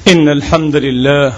إن الحمد لله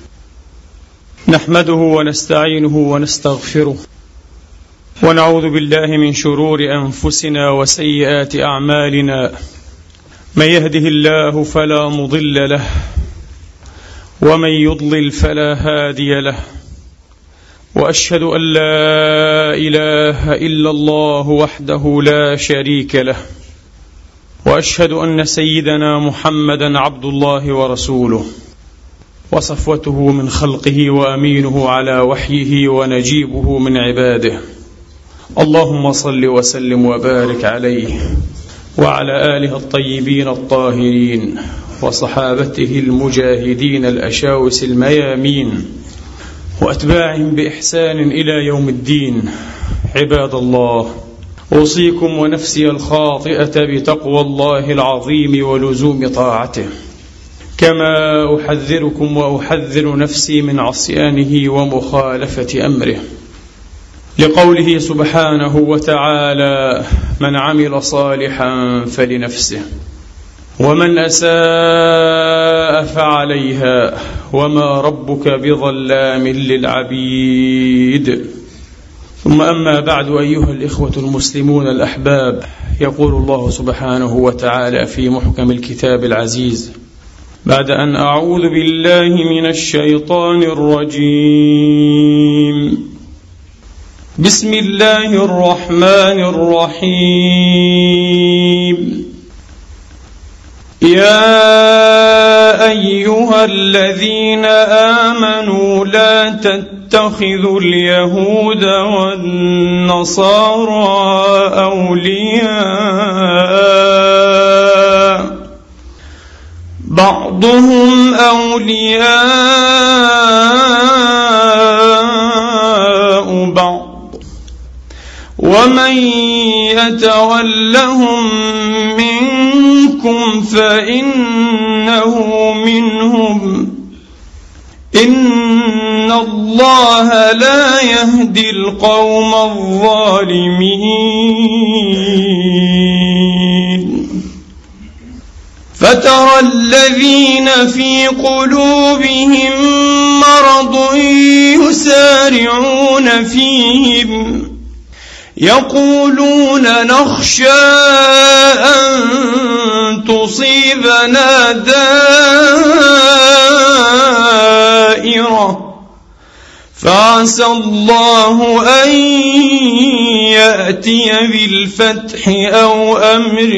نحمده ونستعينه ونستغفره ونعوذ بالله من شرور أنفسنا وسيئات أعمالنا. من يهده الله فلا مضل له ومن يضلل فلا هادي له، وأشهد أن لا إله إلا الله وحده لا شريك له، وأشهد أن سيدنا محمدا عبد الله ورسوله وصفوته من خلقه وأمينه على وحيه ونجيبه من عباده. اللهم صل وسلم وبارك عليه وعلى آله الطيبين الطاهرين وصحابته المجاهدين الأشاوس الميامين وأتباعهم بإحسان إلى يوم الدين. عباد الله، أوصيكم ونفسي الخاطئة بتقوى الله العظيم ولزوم طاعته، كما أحذركم وأحذر نفسي من عصيانه ومخالفة أمره، لقوله سبحانه وتعالى: من عمل صالحا فلنفسه ومن أساء فعليها وما ربك بظلام للعبيد. ثم أما بعد، أيها الإخوة المسلمون الأحباب، يقول الله سبحانه وتعالى في محكم الكتاب العزيز بعد أن أعوذ بالله من الشيطان الرجيم: بسم الله الرحمن الرحيم. يا أيها الذين آمنوا لا تتخذوا اليهود والنصارى أولياء، بعضهم أولياء بعض، ومن يتولهم منكم فإنه منهم، إن الله لا يهدي القوم الظالمين. فترى الذين في قلوبهم مرض يسارعون فيهم يقولون نخشى أن تصيبنا دائرة، فعسى الله أن يأتي بالفتح أو أمر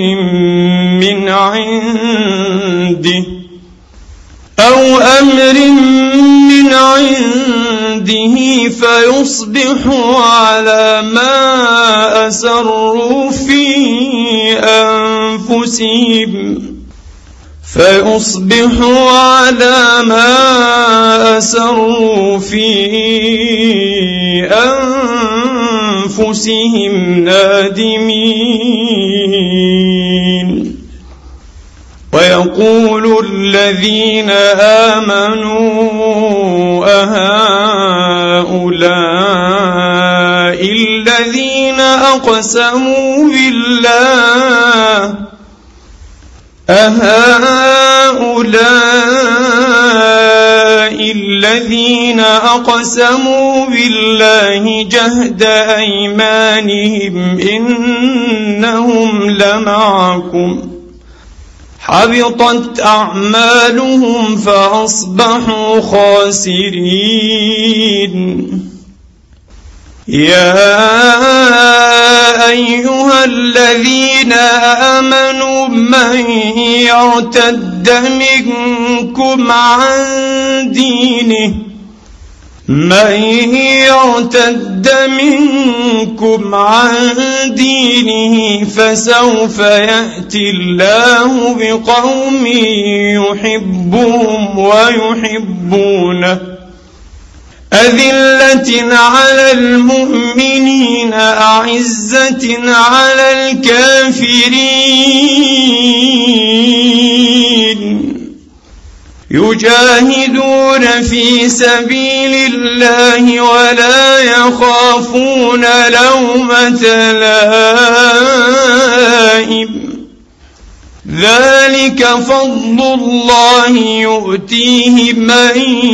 من عنده فيصبحوا على ما أسروا في أنفسهم نادمين. ويقول الذين آمنوا أهؤلاء الذين أقسموا بالله جهد أيمانهم إنهم لمعكم، حبطت أعمالهم فأصبحوا خاسرين. يا أيها الذين آمنوا من يرتد منكم عن دينه فسوف يأتي الله بقوم يحبهم ويحبونه، أذلة على المؤمنين أعزة على الكافرين، يجاهدون في سبيل الله ولا يخافون لومة لائم، ذلك فضل الله يؤتيه من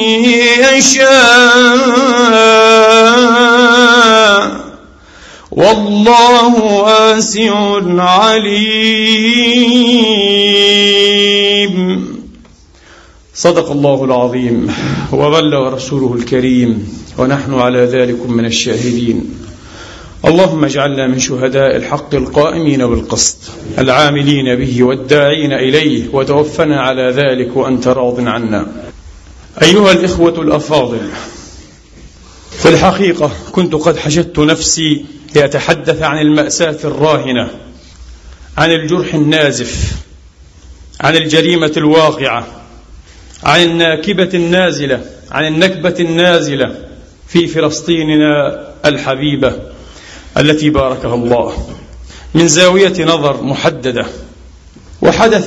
يشاء والله واسع عليم. صدق الله العظيم وبلغ رسوله الكريم ونحن على ذلك من الشاهدين. اللهم اجعلنا من شهداء الحق القائمين بالقسط العاملين به والداعين إليه، وتوفنا على ذلك وأنت راض عنا. أيها الإخوة الأفاضل، في الحقيقة كنت قد حشدت نفسي لأتحدث عن المأساة الراهنة، عن الجرح النازف، عن الجريمة الواقعة، عن الناكبة النازلة، عن النكبة النازلة في فلسطيننا الحبيبة التي باركها الله، من زاوية نظر محددة. وحدث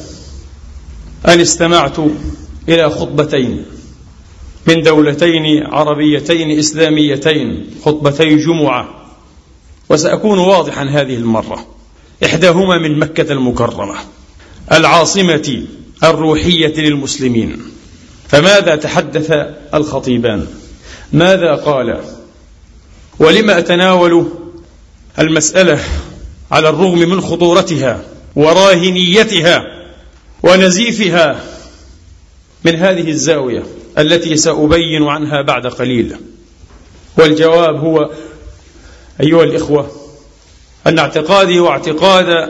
أن استمعت إلى خطبتين من دولتين عربيتين إسلاميتين، خطبتي جمعة، وسأكون واضحا هذه المرة. إحداهما من مكة المكرمة العاصمة الروحية للمسلمين. فماذا تحدث الخطيبان؟ ماذا قال؟ ولما أتناول المسألة على الرغم من خطورتها وراهنيتها ونزيفها من هذه الزاوية التي سأبين عنها بعد قليل؟ والجواب هو أيها الإخوة أن اعتقادي واعتقاد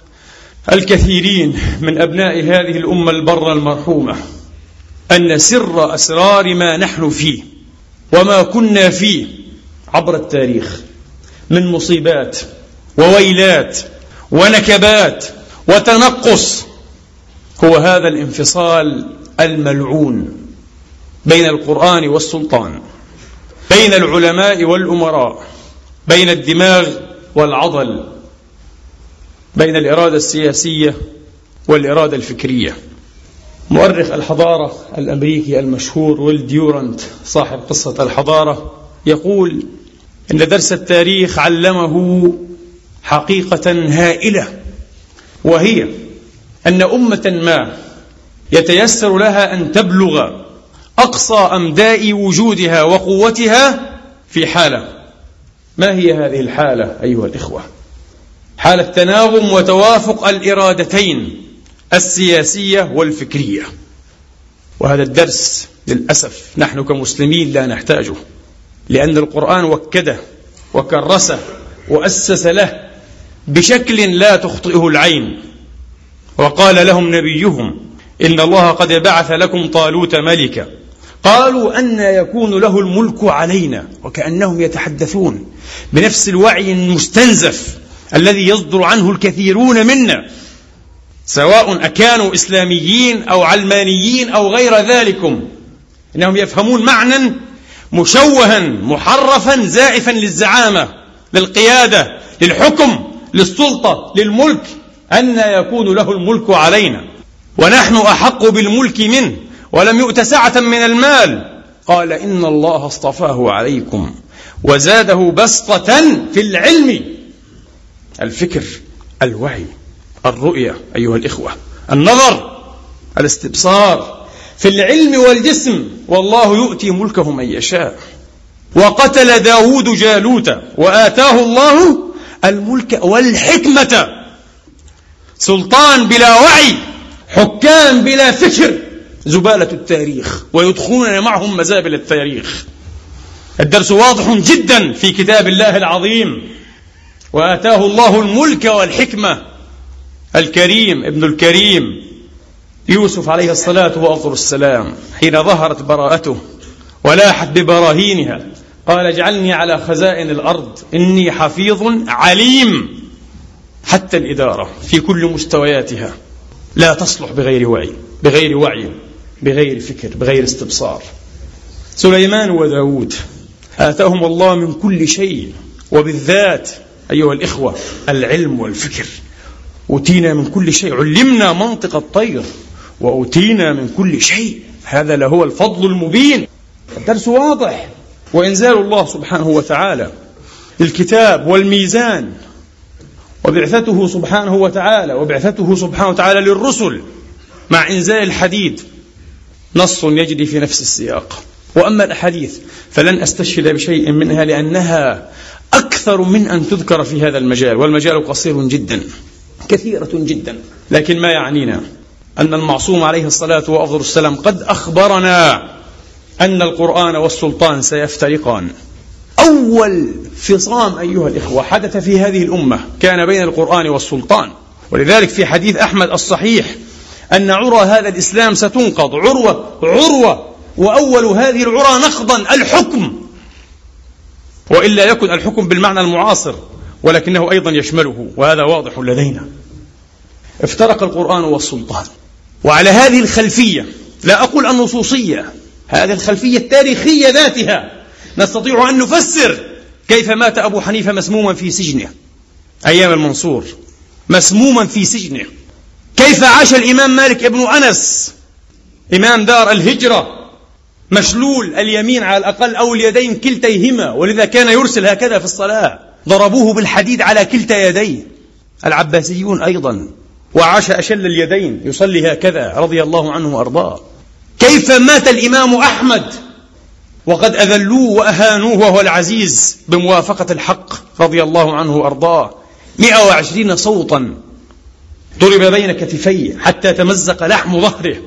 الكثيرين من أبناء هذه الأمة البرة المرحومة أن سر أسرار ما نحن فيه وما كنا فيه عبر التاريخ من مصيبات وويلات ونكبات وتنقص هو هذا الانفصال الملعون بين القرآن والسلطان، بين العلماء والأمراء، بين الدماغ والعضل، بين الإرادة السياسية والإرادة الفكرية. مؤرخ الحضارة الأمريكي المشهور ويل ديورانت صاحب قصة الحضارة يقول إن درس التاريخ علمه حقيقة هائلة، وهي أن أمة ما يتيسر لها أن تبلغ أقصى أمداء وجودها وقوتها في حالة. ما هي هذه الحالة أيها الإخوة؟ حالة تناغم وتوافق الإرادتين السياسية والفكرية. وهذا الدرس للأسف نحن كمسلمين لا نحتاجه، لأن القرآن وكده وكرسه وأسس له بشكل لا تخطئه العين. وقال لهم نبيهم إن الله قد بعث لكم طالوت ملكا قالوا أن يكون له الملك علينا، وكأنهم يتحدثون بنفس الوعي المستنزف الذي يصدر عنه الكثيرون منا، سواء أكانوا إسلاميين أو علمانيين أو غير ذلك. إنهم يفهمون معنى مشوها محرفا زائفا للزعامة، للقيادة، للحكم، للسلطة، للملك، أن يكون له الملك علينا ونحن أحق بالملك منه ولم يؤت سعة من المال. قال إن الله اصطفاه عليكم وزاده بسطة في العلم، الفكر، الوعي، الرؤية أيها الإخوة، النظر، الاستبصار في العلم والجسم، والله يؤتي ملكه من يشاء. وقتل داود جالوت وآتاه الله الملك والحكمة. سلطان بلا وعي، حكام بلا فكر، زبالة التاريخ، ويدخلون معهم مزابل التاريخ. الدرس واضح جدا في كتاب الله العظيم. وآتاه الله الملك والحكمة. الكريم ابن الكريم يوسف عليه الصلاة وأفضل السلام حين ظهرت براءته ولاحت ببراهينها قال اجعلني على خزائن الأرض إني حفيظ عليم. حتى الإدارة في كل مستوياتها لا تصلح بغير وعي، بغير وعي، بغير فكر، بغير استبصار. سليمان وداود آتاهم الله من كل شيء، وبالذات أيها الإخوة العلم والفكر. أوتينا من كل شيء، علمنا منطق الطير، وأوتينا من كل شيء. هذا لهو الفضل المبين. الدرس واضح. وإنزال الله سبحانه وتعالى الكتاب والميزان وبعثته سبحانه وتعالى للرسل مع إنزال الحديد نص يجري في نفس السياق. وأما الأحاديث فلن أستشهد بشيء منها لأنها أكثر من أن تذكر في هذا المجال، والمجال قصير جدا، كثيرة جدا. لكن ما يعنينا أن المعصوم عليه الصلاة وأفضل السلام قد أخبرنا أن القرآن والسلطان سيفترقان. أول فصام أيها الإخوة حدث في هذه الأمة كان بين القرآن والسلطان، ولذلك في حديث أحمد الصحيح أن عروة هذا الإسلام ستنقض عروة، وأول هذه العروة نقضا الحكم، وإلا يكن الحكم بالمعنى المعاصر ولكنه أيضا يشمله، وهذا واضح لدينا. افترق القرآن والسلطان، وعلى هذه الخلفية، لا أقول النصوصية، هذه الخلفية التاريخية ذاتها، نستطيع أن نفسر كيف مات أبو حنيفة مسموما في سجنه أيام المنصور، مسموما في سجنه. كيف عاش الإمام مالك ابن أنس إمام دار الهجرة مشلول اليمين على الأقل أو اليدين كلتيهما، ولذا كان يرسل هكذا في الصلاة، ضربوه بالحديد على كلتا يديه. العباسيون أيضا، وعاش أشل اليدين يصلي هكذا رضي الله عنه وأرضاه. كيف مات الإمام أحمد وقد أذلوه وأهانوه وهو العزيز بموافقة الحق رضي الله عنه وأرضاه. 120 صوتا ضرب بين كتفيه حتى تمزق لحم ظهره،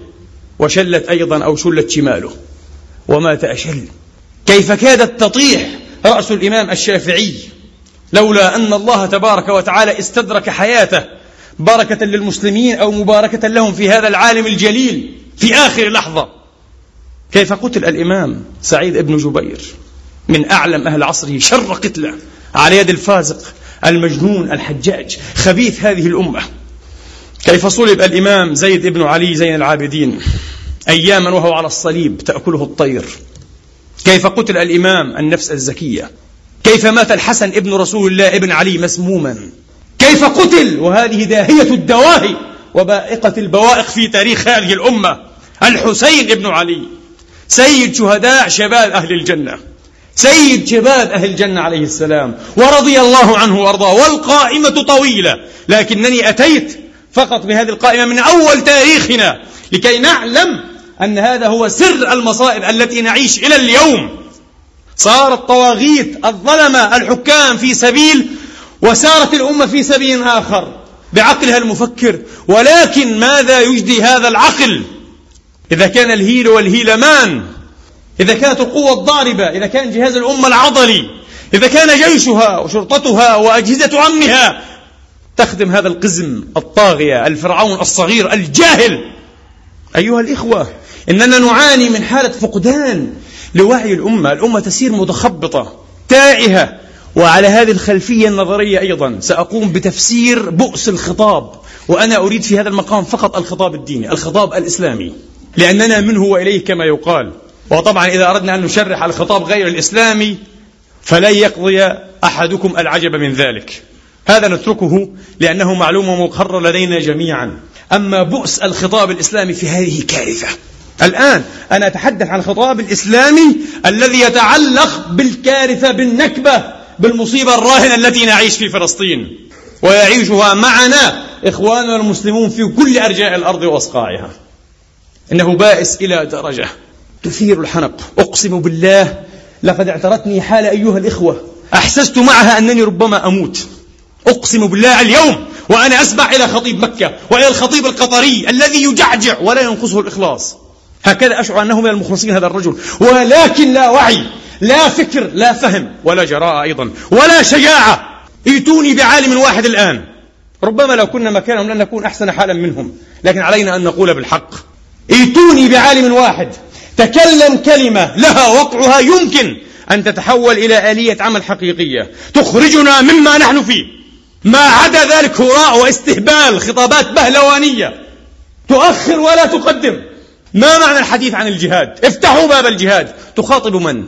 وشلت أيضا أو شلت شماله ومات أشل. كيف كادت تطيح رأس الإمام الشافعي لولا أن الله تبارك وتعالى استدرك حياته بركة للمسلمين أو مباركة لهم في هذا العالم الجليل في آخر لحظة. كيف قتل الإمام سعيد بن جبير من أعلم أهل عصره شر قتله على يد الفازق المجنون الحجاج خبيث هذه الأمة. كيف صلب الإمام زيد بن علي زين العابدين أياما وهو على الصليب تأكله الطير. كيف قتل الإمام النفس الزكية. كيف مات الحسن ابن رسول الله ابن علي مسموما. كيف قتل، وهذه داهية الدواهي وبائقة البوائق في تاريخ هذه الأمة، الحسين ابن علي سيد شهداء شباب أهل الجنة، سيد شباب أهل الجنة عليه السلام ورضي الله عنه وأرضاه. والقائمة طويلة، لكنني أتيت فقط بهذه القائمة من أول تاريخنا لكي نعلم أن هذا هو سر المصائب التي نعيش إلى اليوم. صار الطواغيت الظلمة الحكام في سبيل، وسارت الأمة في سبيل آخر بعقلها المفكر. ولكن ماذا يجدي هذا العقل إذا كان الهيل والهيلمان، إذا كانت القوة الضاربة، إذا كان جهاز الأمة العضلي، إذا كان جيشها وشرطتها وأجهزة أمنها تخدم هذا القزم الطاغية الفرعون الصغير الجاهل. أيها الإخوة، إننا نعاني من حالة فقدان لوعي الأمة. الأمة تسير متخبطة تائهة. وعلى هذه الخلفية النظرية أيضا سأقوم بتفسير بؤس الخطاب، وأنا أريد في هذا المقام فقط الخطاب الديني، الخطاب الإسلامي، لأننا منه وإليه كما يقال. وطبعا إذا أردنا أن نشرح الخطاب غير الإسلامي فلن يقضي أحدكم العجب من ذلك، هذا نتركه لأنه معلومة مقرر لدينا جميعا. أما بؤس الخطاب الإسلامي في هذه كارثة. الآن أنا أتحدث عن الخطاب الإسلامي الذي يتعلق بالكارثة، بالنكبة، بالمصيبة الراهنة التي نعيش في فلسطين ويعيشها معنا إخواننا المسلمون في كل أرجاء الأرض وأصقاعها. إنه بائس إلى درجة تثير الحنق. أقسم بالله لقد اعترتني حالة أيها الإخوة أحسست معها أنني ربما أموت. أقسم بالله اليوم وأنا أسمع إلى خطيب مكة وإلى الخطيب القطري الذي يجعجع ولا ينقصه الإخلاص، هكذا أشعر أنه من المخلصين هذا الرجل، ولكن لا وعي، لا فكر، لا فهم، ولا جراءة أيضا، ولا شجاعة. ائتوني بعالم واحد الآن، ربما لو كنا مكانهم لن نكون أحسن حالا منهم، لكن علينا أن نقول بالحق. ائتوني بعالم واحد تكلم كلمة لها وقعها يمكن أن تتحول إلى آلية عمل حقيقية تخرجنا مما نحن فيه. ما عدا ذلك هراء واستهبال، خطابات بهلوانية تؤخر ولا تقدم. ما معنى الحديث عن الجهاد؟ افتحوا باب الجهاد. تخاطب من؟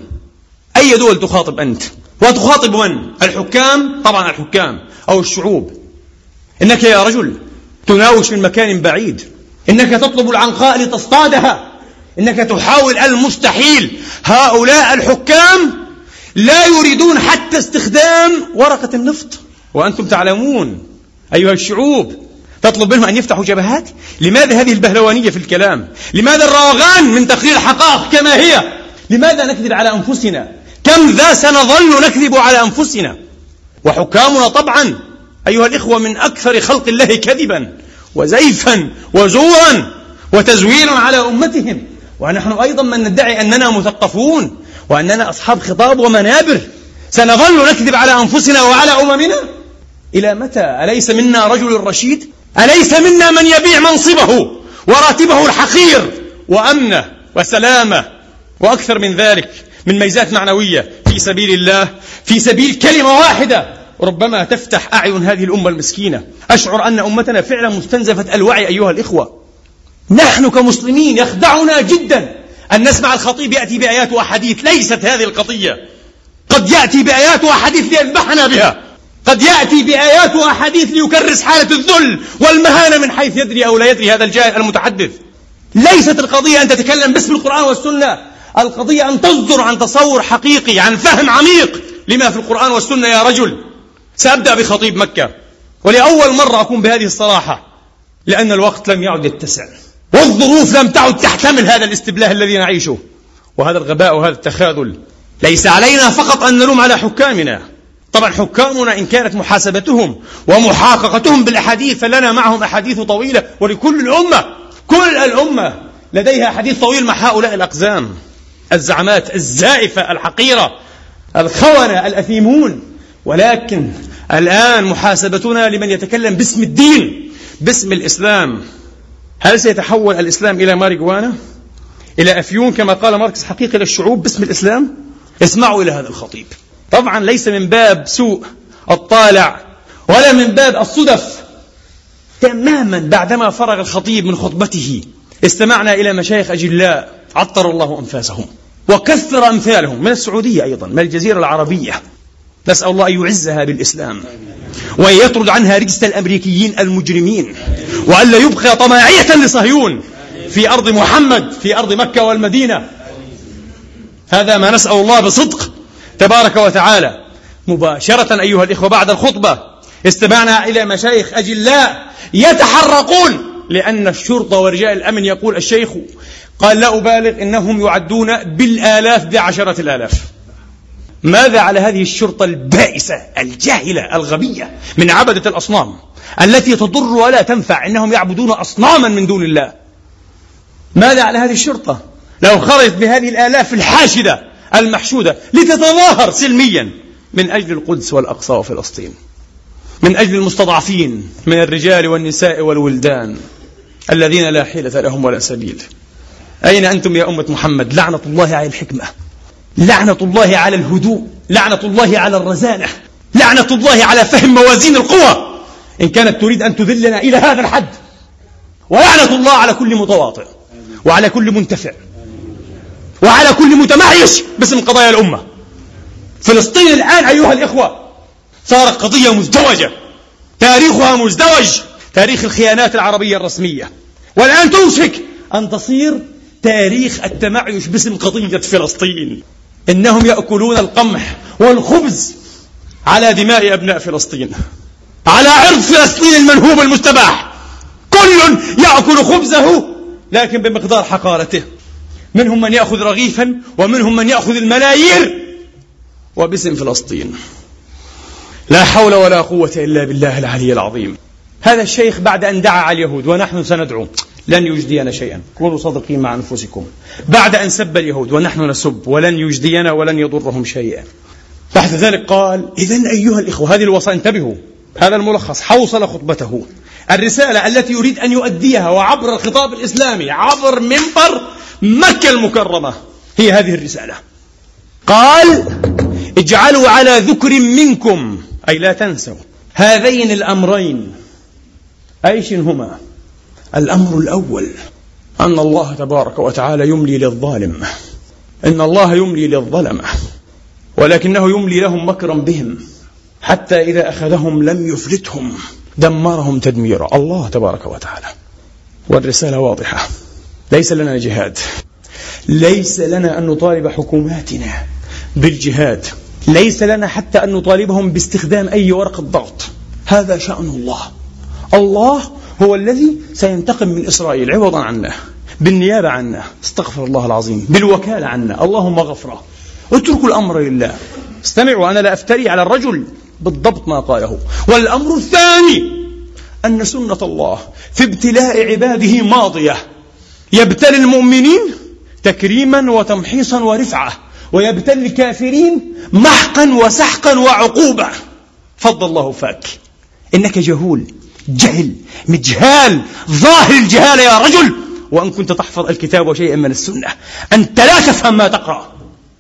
أي دول تخاطب أنت؟ وتخاطب من؟ الحكام؟ طبعا الحكام أو الشعوب. إنك يا رجل تناوش من مكان بعيد، إنك تطلب العنقاء لتصطادها، إنك تحاول المستحيل. هؤلاء الحكام لا يريدون حتى استخدام ورقة النفط، وأنتم تعلمون أيها الشعوب تطلب منهم أن يفتحوا جبهات؟ لماذا هذه البهلوانية في الكلام؟ لماذا الروغان من تقرير الحقائق كما هي؟ لماذا نكذب على أنفسنا؟ كم ذا سنظل نكذب على أنفسنا؟ وحكامنا طبعا أيها الإخوة من أكثر خلق الله كذبا وزيفا وزورا وتزويرا على أمتهم، ونحن أيضا من ندعي أننا مثقفون وأننا أصحاب خطاب ومنابر. سنظل نكذب على أنفسنا وعلى أممنا إلى متى؟ أليس منا رجل رشيد؟ أليس منا من يبيع منصبه وراتبه الحقير وأمنه وسلامه وأكثر من ذلك من ميزات معنوية في سبيل الله، في سبيل كلمة واحدة ربما تفتح أعين هذه الأمة المسكينة؟ أشعر أن أمتنا فعلا مستنزفة الوعي أيها الإخوة. نحن كمسلمين يخدعنا جدا أن نسمع الخطيب يأتي بآيات وأحاديث. ليست هذه القضية. قد يأتي بآيات وأحاديث ليذبحنا بها، قد يأتي بآيات وأحاديث ليكرس حالة الذل والمهانة من حيث يدري أو لا يدري هذا الجاهل المتحدث. ليست القضية أن تتكلم باسم القرآن والسنة، القضية أن تصدر عن تصور حقيقي، عن فهم عميق لما في القرآن والسنة يا رجل. سأبدأ بخطيب مكة، ولأول مرة أكون بهذه الصراحة، لأن الوقت لم يعد يتسع والظروف لم تعد تحتمل هذا الاستبلاه الذي نعيشه وهذا الغباء وهذا التخاذل. ليس علينا فقط أن نلوم على حكامنا، طبعا حكامنا إن كانت محاسبتهم ومحاققتهم بالأحاديث فلنا معهم أحاديث طويلة، ولكل الأمة، كل الأمة لديها حديث طويل مع هؤلاء الأقزام الزعمات الزائفة الحقيرة الخونة الأثيمون. ولكن الآن محاسبتنا لمن يتكلم باسم الدين، باسم الإسلام. هل سيتحول الإسلام إلى ماريجوانا، إلى أفيون كما قال ماركس حقيقي للشعوب باسم الإسلام؟ اسمعوا إلى هذا الخطيب. طبعا ليس من باب سوء الطالع ولا من باب الصدف. تماما بعدما فرغ الخطيب من خطبته استمعنا إلى مشايخ أجلاء عطر الله أنفاسهم وكثر أمثالهم من السعودية أيضا، من الجزيرة العربية. نسأل الله أن يعزها بالإسلام وأن يطرد عنها رجس الأمريكيين المجرمين، وأن لا يبقى طماعية لصهيون في أرض محمد، في أرض مكة والمدينة. هذا ما نسأل الله بصدق تبارك وتعالى. مباشرة أيها الإخوة بعد الخطبة استمعنا إلى مشايخ أجلاء يتحرقون لأن الشرطة ورجال الأمن، يقول الشيخ قال لا أبالغ إنهم يعدون بالآلاف بعشرة الآلاف. ماذا على هذه الشرطة البائسة الجاهلة الغبية من عبدة الأصنام التي تضر ولا تنفع؟ إنهم يعبدون أصناما من دون الله. ماذا على هذه الشرطة لو خرجت بهذه الآلاف الحاشدة المحشودة لتتظاهر سلميا من أجل القدس والأقصى وفلسطين، من أجل المستضعفين من الرجال والنساء والولدان الذين لا حيلة لهم ولا سبيل؟ أين أنتم يا أمة محمد؟ لعنة الله على الحكمة، لعنة الله على الهدوء، لعنة الله على الرزانة، لعنة الله على فهم موازين القوى إن كانت تريد أن تذلنا إلى هذا الحد، ولعنة الله على كل متواطئ وعلى كل منتفع وعلى كل متمعيش باسم قضايا الأمة. فلسطين الآن أيها الإخوة صارت قضية مزدوجة، تاريخها مزدوج، تاريخ الخيانات العربية الرسمية، والآن توشك أن تصير تاريخ التمعيش باسم قضية فلسطين. إنهم يأكلون القمح والخبز على دماء أبناء فلسطين، على عرض فلسطين المنهوب المستباح. كل يأكل خبزه لكن بمقدار حقارته. منهم من يأخذ رغيفا ومنهم من يأخذ الملايير وباسم فلسطين. لا حول ولا قوة إلا بالله العلي العظيم. هذا الشيخ بعد أن دعا على اليهود ونحن سندعو لن يجدينا شيئا، كونوا صادقين مع أنفسكم، بعد أن سب اليهود ونحن نسب ولن يجدينا ولن يضرهم شيئا، بعد ذلك قال إذن أيها الإخوة، هذه الوصايا انتبهوا، هذا الملخص حوصل خطبته، الرسالة التي يريد أن يؤديها وعبر الخطاب الإسلامي عبر منبر مكة المكرمة هي هذه الرسالة. قال اجعلوا على ذكر منكم، أي لا تنسوا هذين الأمرين. أيش هما؟ الأمر الأول أن الله تبارك وتعالى يملي للظالم، إن الله يملي للظلمة ولكنه يملي لهم مكرا بهم حتى إذا أخذهم لم يفلتهم، دمرهم تدميرا. الله تبارك وتعالى. والرسالة واضحة، ليس لنا جهاد، ليس لنا أن نطالب حكوماتنا بالجهاد، ليس لنا حتى أن نطالبهم باستخدام أي ورقة ضغط، هذا شأن الله. الله هو الذي سينتقم من إسرائيل عوضا عنا، بالنيابة عنا، استغفر الله العظيم، بالوكالة عنا، اللهم غفره. اتركوا الأمر لله. استمعوا، أنا لا أفتري على الرجل، بالضبط ما قاله. والأمر الثاني أن سنة الله في ابتلاء عباده ماضية، يبتلي المؤمنين تكريما وتمحيصا ورفعة، ويبتلي الكافرين محقا وسحقا وعقوبة. فضل الله فاك، إنك جهول، جهل، مجهال، ظاهر الجهالة يا رجل، وأن كنت تحفظ الكتاب وشيئا من السنة. أنت لا تفهم ما تقرأ،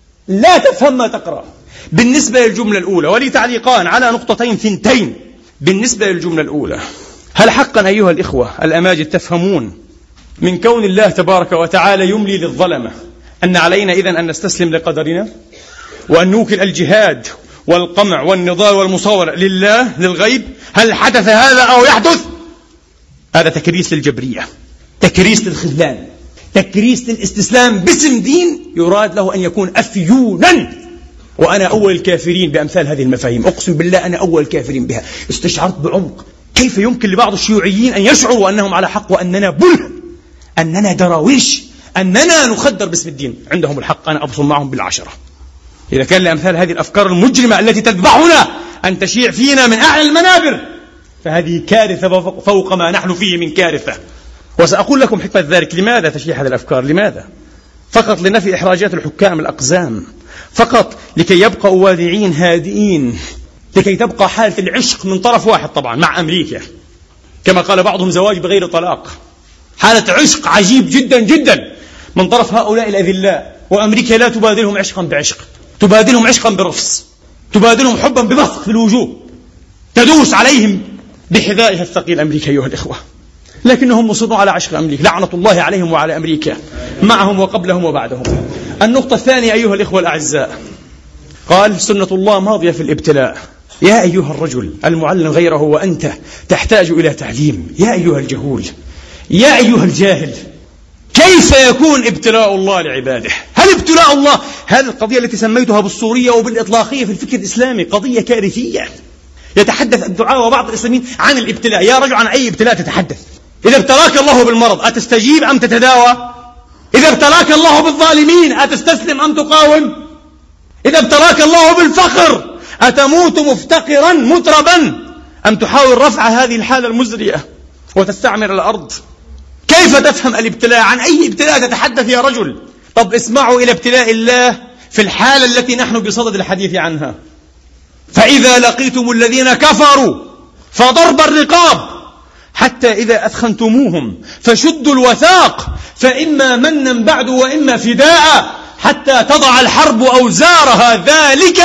لا تفهم ما تقرأ. بالنسبة للجملة الأولى، ولي تعليقان على نقطتين ثنتين. بالنسبة للجملة الأولى، هل حقا أيها الإخوة الأماجد تفهمون من كون الله تبارك وتعالى يملي للظلمة أن علينا إذن أن نستسلم لقدرنا، وأن نوكل الجهاد والقمع والنضال والمصاورة لله للغيب؟ هل حدث هذا أو يحدث؟ هذا تكريس للجبرية، تكريس للخذلان، تكريس للاستسلام باسم دين يراد له أن يكون أفيونا. وأنا أول الكافرين بأمثال هذه المفاهيم، أقسم بالله أنا أول الكافرين بها. استشعرت بعمق كيف يمكن لبعض الشيوعيين أن يشعروا أنهم على حق وأننا بله، أننا دراويش، أننا نخدر باسم الدين. عندهم الحق، أنا أبصم معهم بالعشرة. إذا كان لأمثال هذه الأفكار المجرمة التي تذبحنا أن تشيع فينا من أعلى المنابر، فهذه كارثة فوق ما نحن فيه من كارثة. وسأقول لكم حكمة ذلك. لماذا تشيع هذه الأفكار؟ لماذا؟ فقط لنفي إحراجات الحكام الأقزام، فقط لكي يبقوا وادعين هادئين، لكي تبقى حالة العشق من طرف واحد طبعا مع أمريكا، كما قال بعضهم زواج بغير طلاق. حالة عشق عجيب جدا جدا من طرف هؤلاء الأذلاء، وأمريكا لا تبادلهم عشقا بعشق، تبادلهم عشقا برفص، تبادلهم حبا ببصق في الوجوه، تدوس عليهم بحذائها الثقيل أمريكا أيها الإخوة. لكنهم مصرون على عشق أمريكا، لعنة الله عليهم وعلى أمريكا معهم وقبلهم وبعدهم. النقطة الثانية أيها الإخوة الأعزاء، قال سنة الله ماضية في الابتلاء. يا أيها الرجل المعلم غيره وأنت تحتاج إلى تعليم، يا أيها الجهول، يا أيها الجاهل، كيف يكون ابتلاء الله لعباده؟ هل ابتلاء الله، هذه القضية التي سميتها بالصورية وبالإطلاقية في الفكر الإسلامي قضية كارثية. يتحدث الدعاة وبعض الإسلاميين عن الابتلاء. يا رجل، عن أي ابتلاء تتحدث؟ إذا ابتلاك الله بالمرض أتستجيب أم تتداوى؟ إذا ابتلاك الله بالظالمين أتستسلم أم تقاوم؟ إذا ابتلاك الله بالفقر أتموت مفتقرا متربا أم تحاول رفع هذه الحالة المزرية وتستعمر الأرض؟ كيف تفهم الابتلاء؟ عن أي ابتلاء تتحدث يا رجل؟ طب اسمعوا إلى ابتلاء الله في الحالة التي نحن بصدد الحديث عنها. فإذا لقيتم الذين كفروا فضرب الرقاب حتى إذا أثخنتموهم فشدوا الوثاق فإما منا بعد وإما فداء حتى تضع الحرب أوزارها، ذلك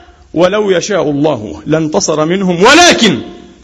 ولو يشاء الله لانتصر منهم ولكن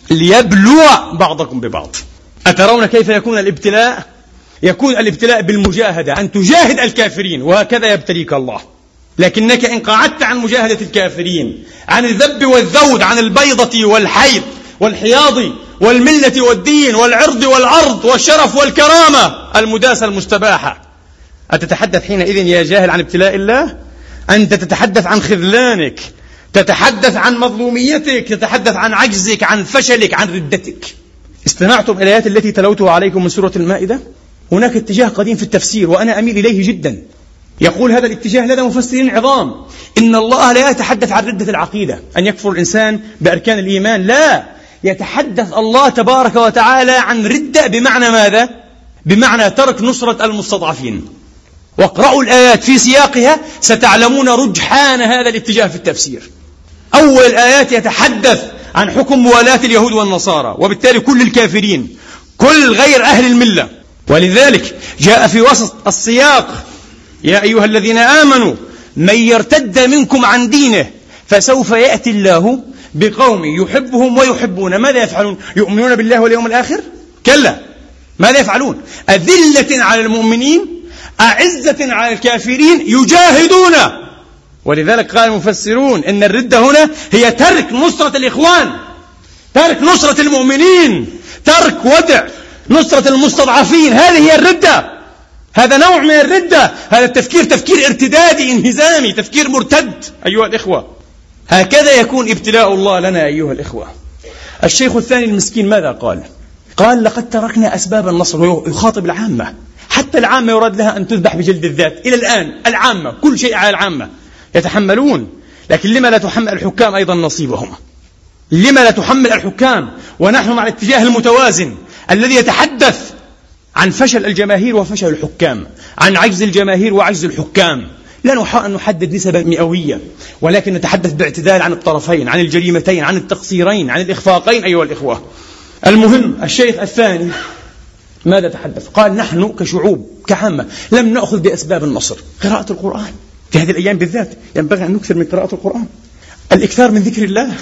ليبلو بعضكم ببعض. أترون كيف يكون الابتلاء؟ يكون الابتلاء بالمجاهدة، أن تجاهد الكافرين، وهكذا يبتليك الله. لكنك إن قعدت عن مجاهدة الكافرين، عن الذب والذود، عن البيضة والحيض والحياض والملة والدين والعرض والعرض والشرف والكرامة المداسة المستباحة، أتتحدث حينئذ يا جاهل عن ابتلاء الله؟ أنت تتحدث عن خذلانك، تتحدث عن مظلوميتك، تتحدث عن عجزك، عن فشلك، عن ردتك. استمعتم إلى الآيات التي تلوتها عليكم من سورة المائدة؟ هناك اتجاه قديم في التفسير وأنا أميل إليه جدا، يقول هذا الاتجاه لدى مفسرين عظام إن الله لا يتحدث عن ردة العقيدة، أن يكفر الإنسان بأركان الإيمان، لا، يتحدث الله تبارك وتعالى عن ردة بمعنى ماذا؟ بمعنى ترك نصرة المستضعفين. واقرأوا الآيات في سياقها ستعلمون رجحان هذا الاتجاه في التفسير. أول الآيات يتحدث عن حكم موالاة اليهود والنصارى، وبالتالي كل الكافرين، كل غير أهل الملة. ولذلك جاء في وسط السياق يا أيها الذين آمنوا من يرتد منكم عن دينه فسوف يأتي الله بقوم يحبهم ويحبون. ماذا يفعلون؟ يؤمنون بالله واليوم الآخر؟ كلا، ماذا يفعلون؟ أذلة على المؤمنين أعزة على الكافرين يجاهدون. ولذلك قال المفسرون إن الردة هنا هي ترك نصرة الإخوان، ترك نصرة المؤمنين، ترك ودع نصرة المستضعفين. هذه هي الردة، هذا نوع من الردة، هذا التفكير تفكير ارتدادي انهزامي، تفكير مرتد أيها الإخوة. هكذا يكون ابتلاء الله لنا أيها الإخوة. الشيخ الثاني المسكين ماذا قال؟ قال لقد تركنا أسباب النصر، ويخاطب العامة، حتى العامة يراد لها أن تذبح بجلد الذات إلى الآن. العامة كل شيء على العامة يتحملون، لكن لما لا تحمل الحكام أيضا نصيبهم؟ لما لا تحمل الحكام ونحن مع الاتجاه المتوازن الذي يتحدث عن فشل الجماهير وفشل الحكام، عن عجز الجماهير وعجز الحكام؟ لا نحاول أن نحدد نسبة مئوية، ولكن نتحدث باعتدال عن الطرفين، عن الجريمتين، عن التقصيرين، عن الإخفاقين أيها الإخوة. المهم الشيخ الثاني ماذا تحدث؟ قال نحن كشعوب كعامة لم نأخذ بأسباب النصر. قراءة القرآن في هذه الأيام بالذات ينبغي أن نكثر من قراءة القرآن، الإكثار من ذكر الله،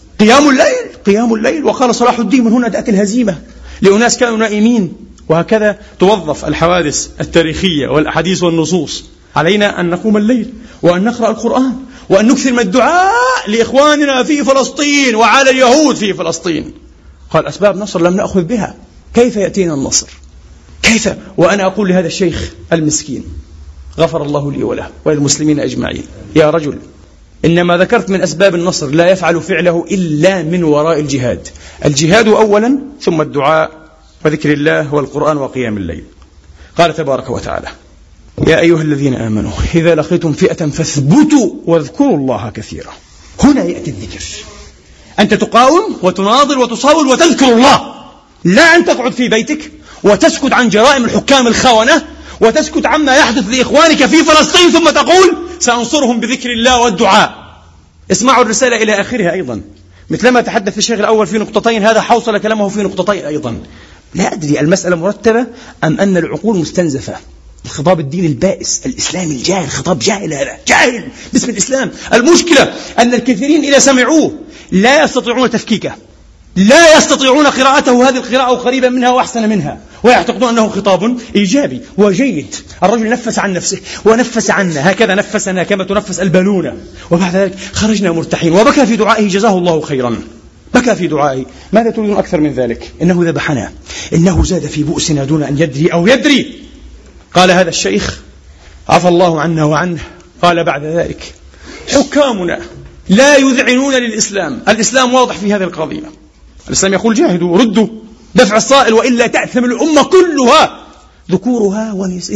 قيام الليل. وقال صلاح الدين من هنا دأت الهزيمة لأناس كانوا نائمين. وهكذا توظف الحوادث التاريخية والأحاديث والنصوص. علينا أن نقوم الليل وأن نقرأ القرآن وأن نكثر من الدعاء لإخواننا في فلسطين وعلى اليهود في فلسطين. قال أسباب نصر لم نأخذ بها، كيف يأتينا النصر؟ كيف؟ وأنا أقول لهذا الشيخ المسكين غفر الله لي وله وللمسلمين أجمعين: يا رجل، إنما ذكرت من أسباب النصر لا يفعل فعله إلا من وراء الجهاد. الجهاد أولا، ثم الدعاء وذكر الله والقرآن وقيام الليل. قال تبارك وتعالى: يا أيها الذين آمنوا إذا لقيتم فئة فاثبتوا واذكروا الله كثيرا. هنا يأتي الذكر، أنت تقاوم وتناضل وتصاول وتذكر الله، لا أن تقعد في بيتك وتسكت عن جرائم الحكام الخونة وتسكت عما يحدث لإخوانك في فلسطين ثم تقول سأنصرهم بذكر الله والدعاء. اسمعوا الرسالة إلى آخرها أيضا، مثلما تحدث الشيخ الأول في نقطتين، هذا حوصل كلامه في نقطتين أيضا. لا أدري المسألة مرتبة أم أن العقول مستنزفة؟ الخطاب الديني البائس الإسلامي الجاهل، خطاب جاهل، هذا جاهل باسم الإسلام. المشكلة أن الكثيرين إذا سمعوه لا يستطيعون تفكيكه، لا يستطيعون قراءته هذه القراءة وقريبا منها وأحسن منها، ويعتقدون أنه خطاب إيجابي وجيد. الرجل نفس عن نفسه ونفس عنا، هكذا نفسنا كما تنفس البالونة، وبعد ذلك خرجنا مرتاحين. وبكى في دعائه جزاه الله خيرا، بكى في دعائه. ماذا تريدون أكثر من ذلك؟ إنه ذبحنا، إنه زاد في بؤسنا دون أن يدري أو يدري. قال هذا الشيخ عفى الله عنا وعنه، قال بعد ذلك: حكامنا لا يذعنون للإسلام. الإسلام واضح في هذه القضية، الإسلام يقول جاهدوا ردوا دفع الصائل وإلا تأثم الأمة كلها، ذكورها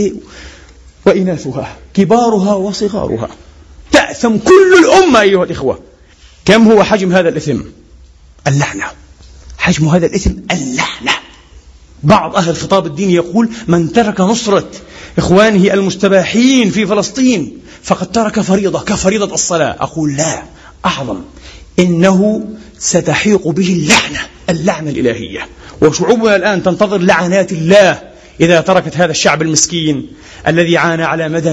وإناثها، كبارها وصغارها، تأثم كل الأمة أيها الإخوة. كم هو حجم هذا الإثم؟ اللعنة. حجم هذا الإثم اللعنة. بعض أهل الخطاب الديني يقول من ترك نصرة إخوانه المستباحين في فلسطين فقد ترك فريضة كفريضة الصلاة. أقول لا، أعظم، إنه ستحيق به اللعنة الإلهية. وشعوبنا الآن تنتظر لعنات الله إذا تركت هذا الشعب المسكين الذي عانى على مدى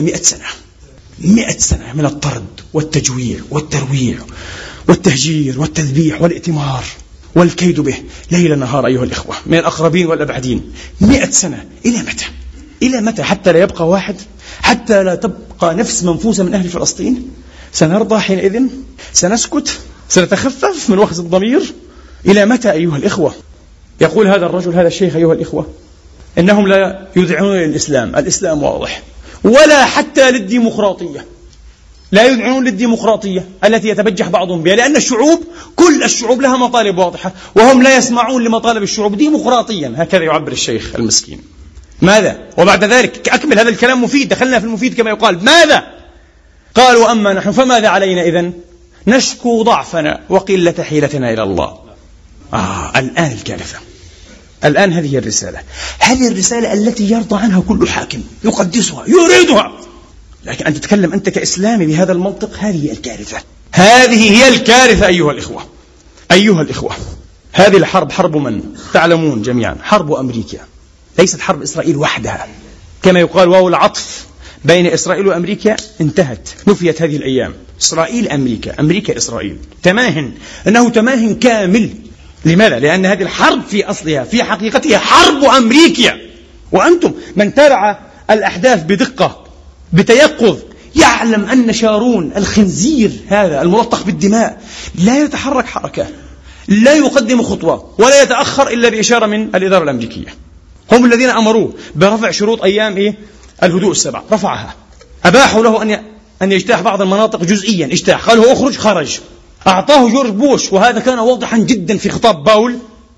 100 سنة من الطرد والتجويع والترويع والتهجير والتذبيح والائتمار والكيد به ليل نهار أيها الإخوة، من الأقربين والأبعدين. 100 سنة إلى متى؟ إلى متى؟ حتى لا يبقى واحد، حتى لا تبقى نفس منفوسة من أهل فلسطين. سنرضى حينئذ؟ سنسكت؟ سنتخفف من وخز الضمير؟ إلى متى أيها الإخوة؟ يقول هذا الرجل، هذا الشيخ أيها الإخوة، إنهم لا يذعنون للإسلام، الإسلام واضح، ولا حتى للديمقراطية، لا يذعنون للديمقراطية التي يتبجح بعضهم بها، لأن الشعوب كل الشعوب لها مطالب واضحة وهم لا يسمعون لمطالب الشعوب ديمقراطيا، هكذا يعبر الشيخ المسكين. ماذا؟ وبعد ذلك أكمل هذا الكلام مفيد، دخلنا في المفيد كما يقال. ماذا؟ قالوا أما نحن فماذا علينا إذن؟ نشكو ضعفنا وقلة حيلتنا إلى الله. الآن الكارثة، الآن هذه الرسالة، هذه الرسالة التي يرضى عنها كل حاكم يقدسها يريدها، لكن أن تتكلم أنت كإسلامي بهذا المنطق، هذه الكارثة، هذه هي الكارثة أيها الإخوة. أيها الإخوة، هذه الحرب حرب من؟ تعلمون جميعا، حرب أمريكا، ليست حرب إسرائيل وحدها كما يقال. واو العطف بين إسرائيل وأمريكا انتهت، نفيت هذه الأيام. إسرائيل أمريكا، أمريكا إسرائيل، تماهن، أنه تماهن كامل. لماذا؟ لأن هذه الحرب في أصلها في حقيقتها حرب أمريكا. وأنتم من تابع الأحداث بدقة بتيقظ يعلم أن شارون الخنزير هذا الملطخ بالدماء لا يتحرك حركة، لا يقدم خطوة، ولا يتأخر إلا بإشارة من الإدارة الأمريكية. هم الذين أمروه برفع شروط أيام الهدوء 7، رفعها. أباحوا له أن يجتاح بعض المناطق جزئيا، اجتاح، قالوا أخرج، خرج. أعطاه جورج بوش، وهذا كان واضحا جدا في خطاب باول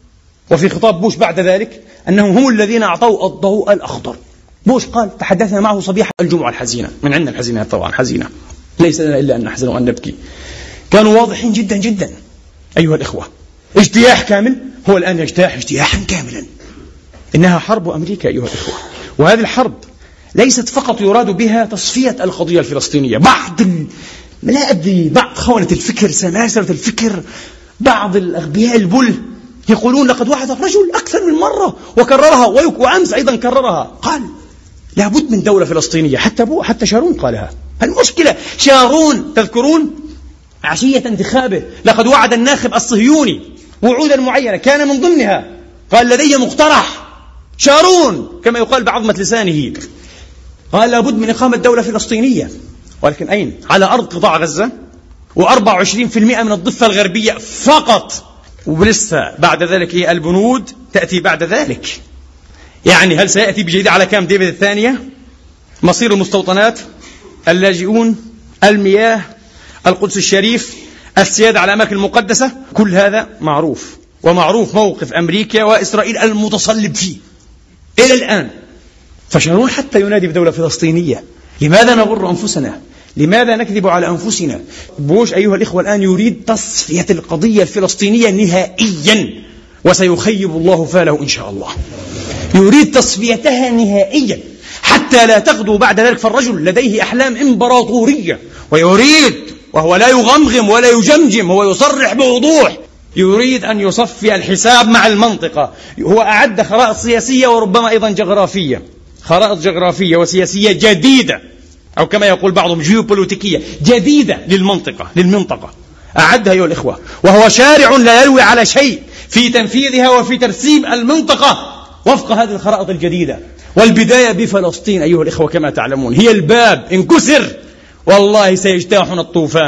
وفي خطاب بوش بعد ذلك أنهم هم الذين أعطوا الضوء الأخضر. بوش قال: تحدثنا معه صبيحة الجمعة الحزينة، من عندنا الحزينة طبعا حزينة، ليس لنا إلا أن نحزن وأن نبكي. كانوا واضحين جدا جدا أيها الإخوة. اجتياح كامل، هو الآن يجتاح اجتياحا كاملا. إنها حرب أمريكا أيها الإخوة، وهذه الحرب ليست فقط يراد بها تصفية القضية الفلسطينية. بعض خونة الفكر، سماسرة الفكر، بعض الأغبياء البل يقولون: لقد وعد الرجل أكثر من مرة وكررها، وأمس أيضا كررها، قال لابد من دولة فلسطينية. حتى شارون قالها. المشكلة شارون، تذكرون عشية انتخابه لقد وعد الناخب الصهيوني وعودا معينة، كان من ضمنها قال: لدي مقترح. شارون كما يقال بعظمة لسانه قال: لابد من إقامة دولة فلسطينية، ولكن أين؟ على أرض قطاع غزة، و24% من الضفة الغربية فقط، ولسه بعد ذلك البنود تأتي بعد ذلك. يعني هل سيأتي بجديد على كامب ديفيد الثانية؟ مصير المستوطنات، اللاجئون، المياه، القدس الشريف، السيادة على الأماكن المقدسة، كل هذا معروف، ومعروف موقف أمريكا وإسرائيل المتصلب فيه إلى الآن. فشارون حتى ينادي بدولة فلسطينية. لماذا نغر أنفسنا؟ لماذا نكذب على أنفسنا؟ بوش أيها الإخوة الآن يريد تصفية القضية الفلسطينية نهائيا، وسيخيب الله فاله إن شاء الله. يريد تصفيتها نهائيا حتى لا تغدو بعد ذلك. فالرجل لديه أحلام إمبراطورية، ويريد، وهو لا يغمغم ولا يجمجم، هو يصرح بوضوح، يريد أن يصفي الحساب مع المنطقة. هو أعد خرائط سياسية وربما أيضا جغرافية، خرائط جغرافية وسياسية جديدة، أو كما يقول بعضهم جيوبوليتيكية جديدة للمنطقة أعدها أيها الإخوة، وهو شارع لا يلوي على شيء في تنفيذها وفي ترسيم المنطقة وفق هذه الخرائط الجديدة. والبداية بفلسطين أيها الإخوة كما تعلمون، هي الباب. إن كسر والله سيجتاحنا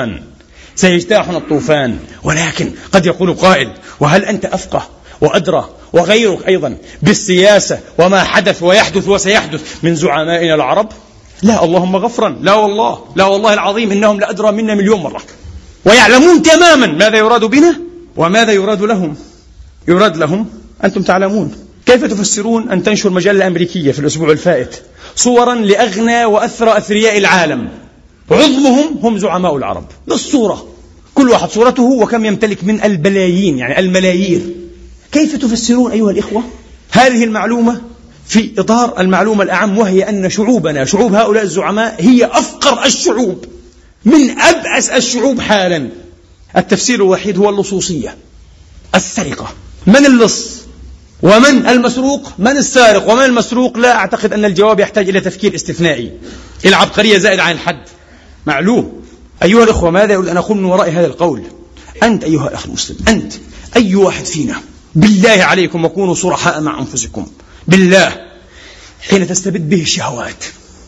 الطوفان. ولكن قد يقول قائل: وهل أنت أفقه وأدرى وغيرك أيضا بالسياسة وما حدث ويحدث وسيحدث من زعمائنا العرب؟ لا، اللهم غفرا، لا والله العظيم، إنهم لأدرى منا مليون مرة، ويعلمون تماما ماذا يراد بنا وماذا يراد لهم. يراد لهم، أنتم تعلمون. كيف تفسرون أن تنشر مجلة أمريكية في الأسبوع الفائت صورا لأغنى وأثرى أثرياء العالم، عظمهم هم زعماء العرب بالصورة، كل واحد صورته وكم يمتلك من البلايين، يعني الملايير؟ كيف تفسرون أيها الإخوة هذه المعلومة في إطار المعلومة الأعم، وهي أن شعوبنا، شعوب هؤلاء الزعماء، هي أفقر الشعوب، من أبأس الشعوب حالا؟ التفسير الوحيد هو اللصوصية، السرقة. من اللص ومن المسروق؟ من السارق ومن المسروق؟ لا أعتقد أن الجواب يحتاج إلى تفكير استثنائي، العبقرية زائد عن الحد، معلوم. أيها الأخوة، ماذا أريد أن أقول من وراء هذا القول؟ أنت أيها الأخ المسلم، أنت أي واحد فينا، بالله عليكم وكونوا صرحاء مع أنفسكم، بالله، حين تستبد به الشهوات،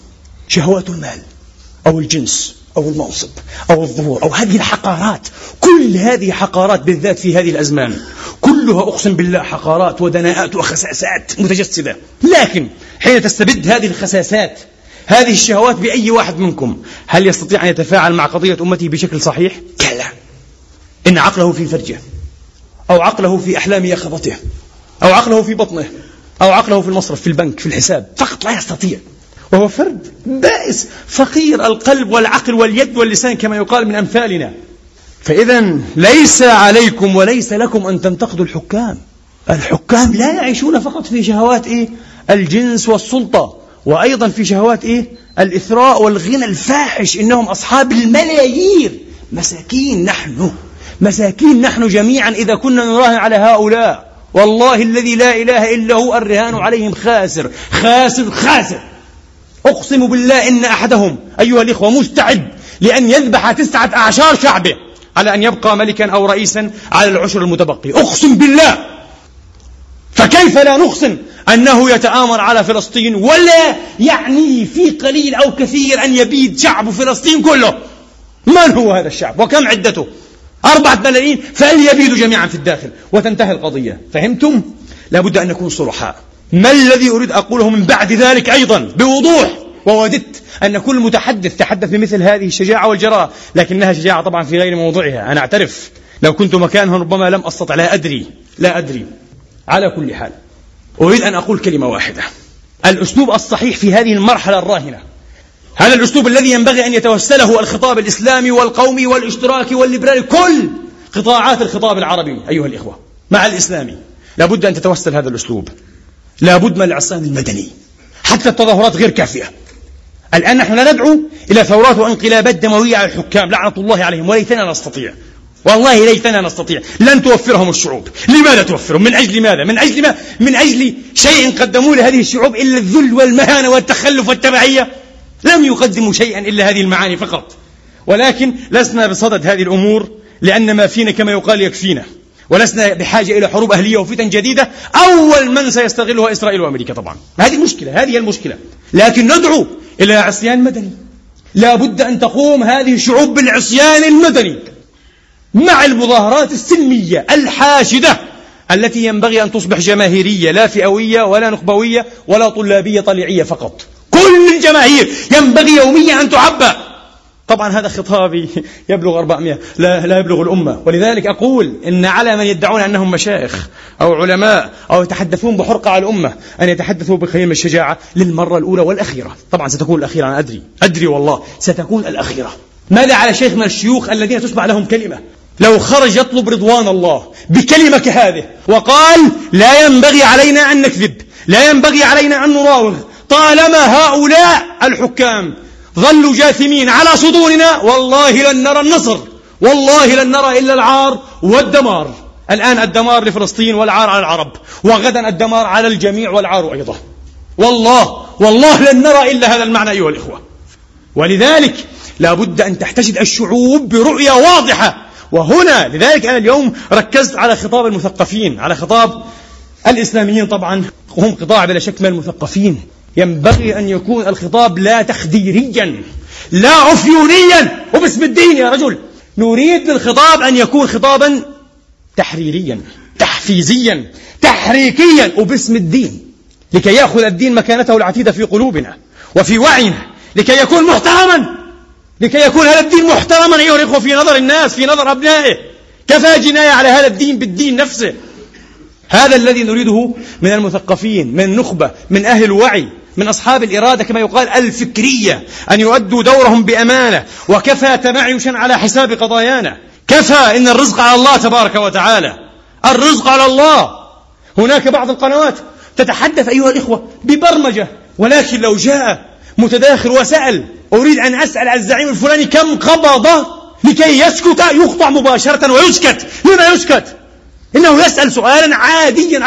شهوات المال أو الجنس أو المنصب أو الظهور أو هذه الحقارات، كل هذه حقارات بالذات في هذه الأزمان، كلها أقسم بالله حقارات ودناءات وخساسات متجسدة. لكن حين تستبد هذه الخساسات، هذه الشهوات بأي واحد منكم، هل يستطيع أن يتفاعل مع قضية أمته بشكل صحيح؟ كلا. إن عقله في فرجه، أو عقله في أحلام يقظته، أو عقله في بطنه، أو عقله في المصرف، في البنك، في الحساب، فقط لا يستطيع، وهو فرد بائس فقير القلب والعقل واليد واللسان كما يقال من أمثالنا. فإذا ليس عليكم وليس لكم أن تنتقدوا الحكام. الحكام لا يعيشون فقط في شهوات الجنس والسلطة، وأيضا في شهوات الإثراء والغنى الفاحش. إنهم أصحاب الملايير. مساكين نحن جميعا إذا كنا نراهن على هؤلاء. والله الذي لا إله إلا هو الرهان عليهم خاسر خاسر خاسر. أقسم بالله إن أحدهم أيها الإخوة مستعد لأن يذبح 9 أعشار شعبه على أن يبقى ملكا أو رئيسا على العشر المتبقي، أقسم بالله. فكيف لا نقسم أنه يتآمر على فلسطين، ولا يعني في قليل أو كثير أن يبيد شعب فلسطين كله؟ من هو هذا الشعب وكم عدته؟ 4 ملايين، فليبيدوا جميعا في الداخل وتنتهي القضية. فهمتم؟ لابد أن نكون صرحاء. ما الذي أريد أقوله من بعد ذلك أيضا بوضوح؟ ووددت أن كل متحدث تحدث بمثل هذه الشجاعة والجراءة، لكنها شجاعة طبعا في غير موضوعها. أنا أعترف لو كنت مكانها ربما لم أستطع، لا أدري. على كل حال أريد أن أقول كلمة واحدة. الأسلوب الصحيح في هذه المرحلة الراهنة، هذا الأسلوب الذي ينبغي أن يتوسله الخطاب الإسلامي والقومي والاشتراكي والليبرالي، كل قطاعات الخطاب العربي أيها الإخوة مع الإسلامي، لابد أن تتوسل هذا الأسلوب. لابد من العصيان المدني، حتى التظاهرات غير كافية. الآن نحن لا ندعو إلى ثورات وانقلابات دموية على الحكام لعنة الله عليهم، وليتنا نستطيع، والله ليتنا نستطيع. لن توفرهم الشعوب. لماذا توفرهم؟ من أجل ماذا؟ من أجل شيء قدموا لهذه الشعوب إلا الذل والمهانة والتخلف والتبعية؟ لم يقدموا شيئا إلا هذه المعاني فقط. ولكن لسنا بصدد هذه الأمور، لأن ما فينا كما يقال يكفينا، ولسنا بحاجة إلى حروب أهلية وفتن جديدة أول من سيستغلها إسرائيل وأمريكا. طبعا هذه المشكلة، هذه المشكلة. لكن ندعو إلى عصيان مدني. لا بد أن تقوم هذه الشعوب بالعصيان المدني مع المظاهرات السلمية الحاشدة التي ينبغي أن تصبح جماهيرية، لا فئوية ولا نخبوية ولا طلابية طليعية فقط. كل الجماهير ينبغي يوميا أن تعبأ. طبعا هذا خطابي يبلغ 400، لا يبلغ الأمة. ولذلك أقول إن على من يدعون أنهم مشايخ أو علماء أو يتحدثون بحرقة على الأمة أن يتحدثوا بخيم الشجاعة للمرة الأولى والأخيرة. طبعا ستكون الأخيرة، أنا أدري والله ستكون الأخيرة. ماذا على شيخ من الشيوخ الذين تسمع لهم كلمة لو خرج يطلب رضوان الله بكلمة كهذه وقال لا ينبغي علينا أن نكذب، لا ينبغي علينا أن نراوغ، طالما هؤلاء الحكام ظلوا جاثمين على صدورنا والله لن نرى النصر، والله لن نرى إلا العار والدمار. الآن الدمار لفلسطين والعار على العرب، وغدا الدمار على الجميع والعار أيضا. والله لن نرى إلا هذا المعنى أيها الإخوة. ولذلك لا بد أن تحتشد الشعوب برؤية واضحة. وهنا لذلك أنا اليوم ركزت على خطاب المثقفين، على خطاب الإسلاميين. طبعا هم قطاع بلا شك من المثقفين. ينبغي أن يكون الخطاب لا تخديريا لا عفيونيا وباسم الدين. يا رجل، نريد للخطاب أن يكون خطابا تحريريا تحفيزيا تحريكيا وباسم الدين، لكي يأخذ الدين مكانته العتيدة في قلوبنا وفي وعينا، لكي يكون محترما، لكي يكون هذا الدين محترما أيها الإخوة في نظر الناس، في نظر أبنائه. كفى جناية على هذا الدين بالدين نفسه. هذا الذي نريده من المثقفين، من النخبة، من أهل الوعي، من أصحاب الإرادة كما يقال الفكرية، أن يؤدوا دورهم بأمانة. وكفى تمعيشا على حساب قضايانا. كفى، إن الرزق على الله تبارك وتعالى، الرزق على الله. هناك بعض القنوات تتحدث أيها الإخوة ببرمجة، ولكن لو جاء متداخل وسأل أريد أن أسأل عن الزعيم الفلاني كم قبض لكي يسكت، يقطع مباشرة ويسكت. لما يسكت؟ إنه يسأل سؤالا عاديا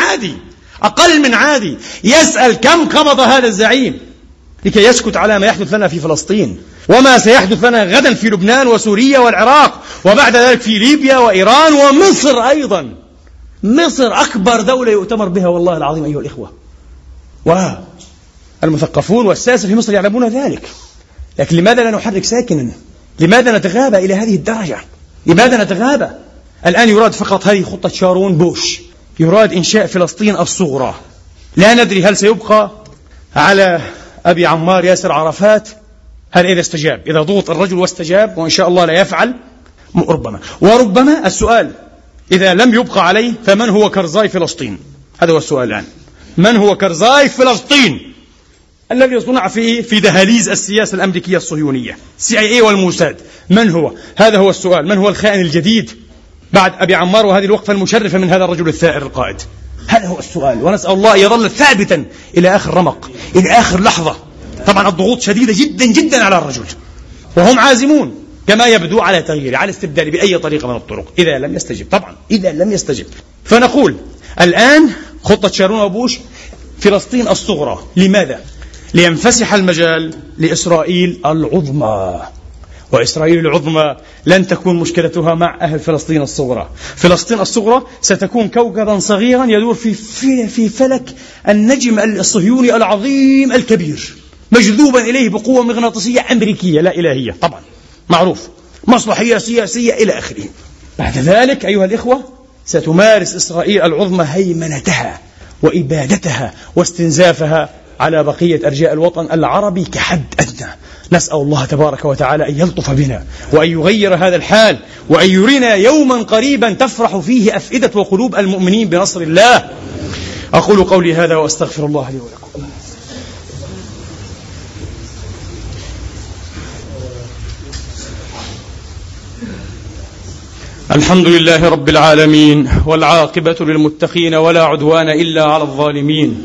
أقل من عادي يسأل كم قبض هذا الزعيم لكي يسكت على ما يحدث لنا في فلسطين وما سيحدث لنا غدا في لبنان وسوريا والعراق، وبعد ذلك في ليبيا وإيران ومصر أيضا. مصر أكبر دولة يؤتمر بها والله العظيم أيها الإخوة، والمثقفون والساسة في مصر يعلمون ذلك. لكن لماذا لا نحرك ساكنا؟ لماذا نتغابى إلى هذه الدرجة؟ لماذا نتغابى؟ الآن يراد فقط هذه خطة شارون بوش، يراد إنشاء فلسطين الصغرى. لا ندري هل سيبقى على أبي عمار ياسر عرفات، هل إذا استجاب، إذا ضغط الرجل واستجاب، وإن شاء الله لا يفعل، وربما السؤال إذا لم يبقى عليه فمن هو كرزاي فلسطين؟ هذا هو السؤال الآن. من هو كرزاي فلسطين الذي صنع في دهاليز السياسة الأمريكية الصهيونية، CIA والموساد؟ من هو؟ هذا هو السؤال. من هو الخائن الجديد بعد أبي عمار وهذه الوقفة المشرفة من هذا الرجل الثائر القائد؟ هذا هو السؤال، ونسأل الله يظل ثابتا إلى آخر رمق، إلى آخر لحظة. طبعا الضغوط شديدة جدا جدا على الرجل، وهم عازمون كما يبدو على تغييره، على استبداله بأي طريقة من الطرق إذا لم يستجب. طبعا إذا لم يستجب، فنقول الآن خطة شارون وبوش فلسطين الصغرى. لماذا؟ لينفسح المجال لإسرائيل العظمى، وإسرائيل العظمى لن تكون مشكلتها مع أهل فلسطين الصغرى. فلسطين الصغرى ستكون كوكبا صغيرا يدور في فلك النجم الصهيوني العظيم الكبير، مجذوبا إليه بقوة مغناطيسية أمريكية لا إلهية، طبعا معروف، مصلحية سياسية إلى آخره. بعد ذلك أيها الإخوة ستمارس إسرائيل العظمى هيمنتها وإبادتها واستنزافها على بقية أرجاء الوطن العربي كحد أدنى. نسأل الله تبارك وتعالى أن يلطف بنا وأن يغير هذا الحال وأن يرينا يوما قريبا تفرح فيه أفئدة وقلوب المؤمنين بنصر الله. أقول قولي هذا وأستغفر الله لي ولكم. الحمد لله رب العالمين، والعاقبة للمتقين ولا عدوان إلا على الظالمين.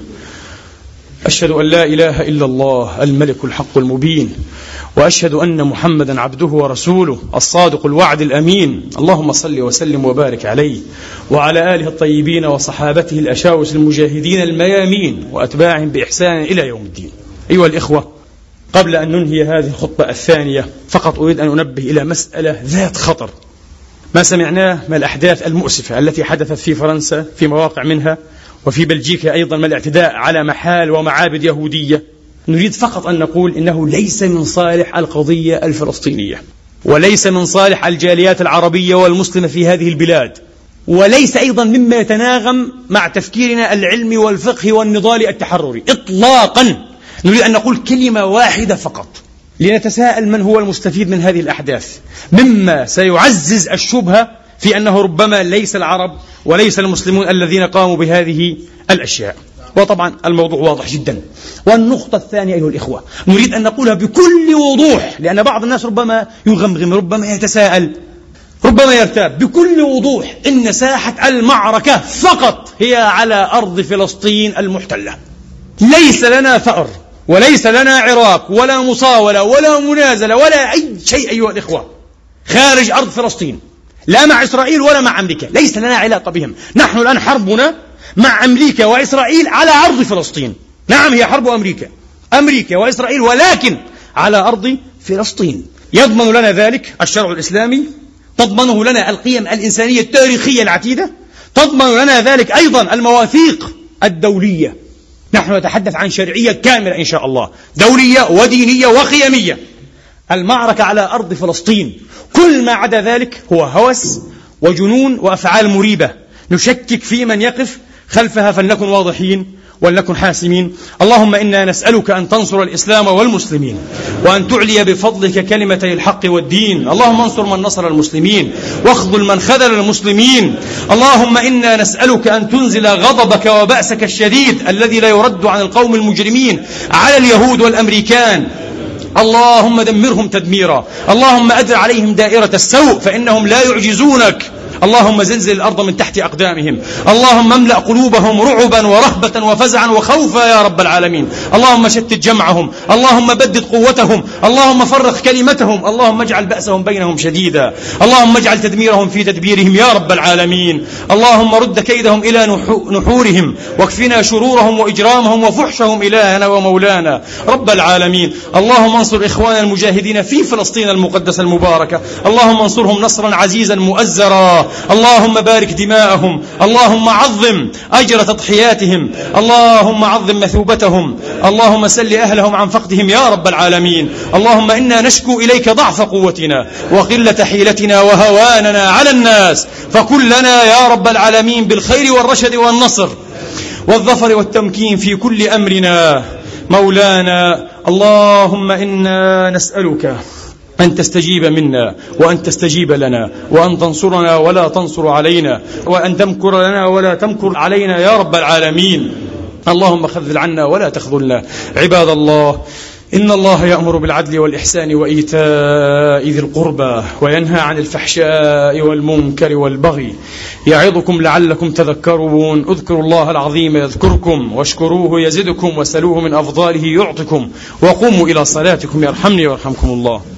أشهد أن لا إله إلا الله الملك الحق المبين، وأشهد أن محمدا عبده ورسوله الصادق الوعد الأمين. اللهم صل وسلم وبارك عليه وعلى آله الطيبين وصحابته الأشاوس المجاهدين الميامين وأتباعهم بإحسان إلى يوم الدين. أيها الإخوة، قبل أن ننهي هذه الخطبة الثانية فقط أريد أن أنبه إلى مسألة ذات خطر. ما سمعناه من الأحداث المؤسفة التي حدثت في فرنسا في مواقع منها، وفي بلجيكا أيضا من الاعتداء على محال ومعابد يهودية، نريد فقط أن نقول إنه ليس من صالح القضية الفلسطينية، وليس من صالح الجاليات العربية والمسلمة في هذه البلاد، وليس أيضا مما يتناغم مع تفكيرنا العلمي والفقهي والنضالي التحرري إطلاقا. نريد أن نقول كلمة واحدة فقط لنتساءل من هو المستفيد من هذه الأحداث، مما سيعزز الشبهة في أنه ربما ليس العرب وليس المسلمون الذين قاموا بهذه الأشياء. وطبعا الموضوع واضح جدا. والنقطة الثانية أيها الإخوة، نريد أن نقولها بكل وضوح، لأن بعض الناس ربما يغمغم، ربما يتساءل، ربما يرتاب. بكل وضوح إن ساحة المعركة فقط هي على أرض فلسطين المحتلة. ليس لنا ثأر وليس لنا عراق ولا مصاولة ولا منازلة ولا أي شيء أيها الإخوة خارج أرض فلسطين، لا مع إسرائيل ولا مع أمريكا، ليس لنا علاقة بهم. نحن الآن حربنا مع أمريكا وإسرائيل على أرض فلسطين. نعم، هي حرب أمريكا وإسرائيل، ولكن على أرض فلسطين. يضمن لنا ذلك الشرع الإسلامي، تضمنه لنا القيم الإنسانية التاريخية العتيدة، تضمن لنا ذلك أيضا المواثيق الدولية. نحن نتحدث عن شرعية كاملة إن شاء الله، دولية ودينية وقيمية. المعركة على أرض فلسطين، كل ما عدا ذلك هو هوس وجنون وأفعال مريبة نشكك في من يقف خلفها، فلنكن واضحين ولنكن حاسمين. اللهم إنا نسألك أن تنصر الإسلام والمسلمين، وأن تعلي بفضلك كلمتي الحق والدين. اللهم انصر من نصر المسلمين واخذل من خذل المسلمين. اللهم إنا نسألك أن تنزل غضبك وبأسك الشديد الذي لا يرد عن القوم المجرمين على اليهود والأمريكان. اللهم دمرهم تدميرا، اللهم أدر عليهم دائرة السوء فإنهم لا يعجزونك. اللهم زلزل الأرض من تحت أقدامهم. اللهم املأ قلوبهم رعبا ورهبة وفزعا وخوفا يا رب العالمين. اللهم شتت جمعهم، اللهم بدد قوتهم، اللهم فرق كلمتهم، اللهم اجعل بأسهم بينهم شديدا، اللهم اجعل تدميرهم في تدبيرهم يا رب العالمين. اللهم رد كيدهم إلى نحورهم، واكفنا شرورهم وإجرامهم وفحشهم إلهنا ومولانا رب العالمين. اللهم انصر إخوان المجاهدين في فلسطين المقدسة المباركة، اللهم انصرهم نصرا عزيزا مؤزرا. اللهم بارك دماءهم، اللهم عظم أجر تضحياتهم، اللهم عظم مثوبتهم، اللهم سل أهلهم عن فقدهم يا رب العالمين. اللهم إنا نشكو إليك ضعف قوتنا وقلة حيلتنا وهواننا على الناس، فكن لنا يا رب العالمين بالخير والرشد والنصر والظفر والتمكين في كل أمرنا مولانا. اللهم إنا نسألك أن تستجيب منا وأن تستجيب لنا، وأن تنصرنا ولا تنصر علينا، وأن تمكر لنا ولا تمكر علينا يا رب العالمين. اللهم خذل عنا ولا تخذلنا. عباد الله، إن الله يأمر بالعدل والإحسان وإيتاء ذي القربى، وينهى عن الفحشاء والمنكر والبغي، يعظكم لعلكم تذكرون. اذكروا الله العظيم يذكركم، واشكروه يزدكم، وسلوه من أفضاله يعطكم، وقوموا إلى صلاتكم يرحمني ويرحمكم الله.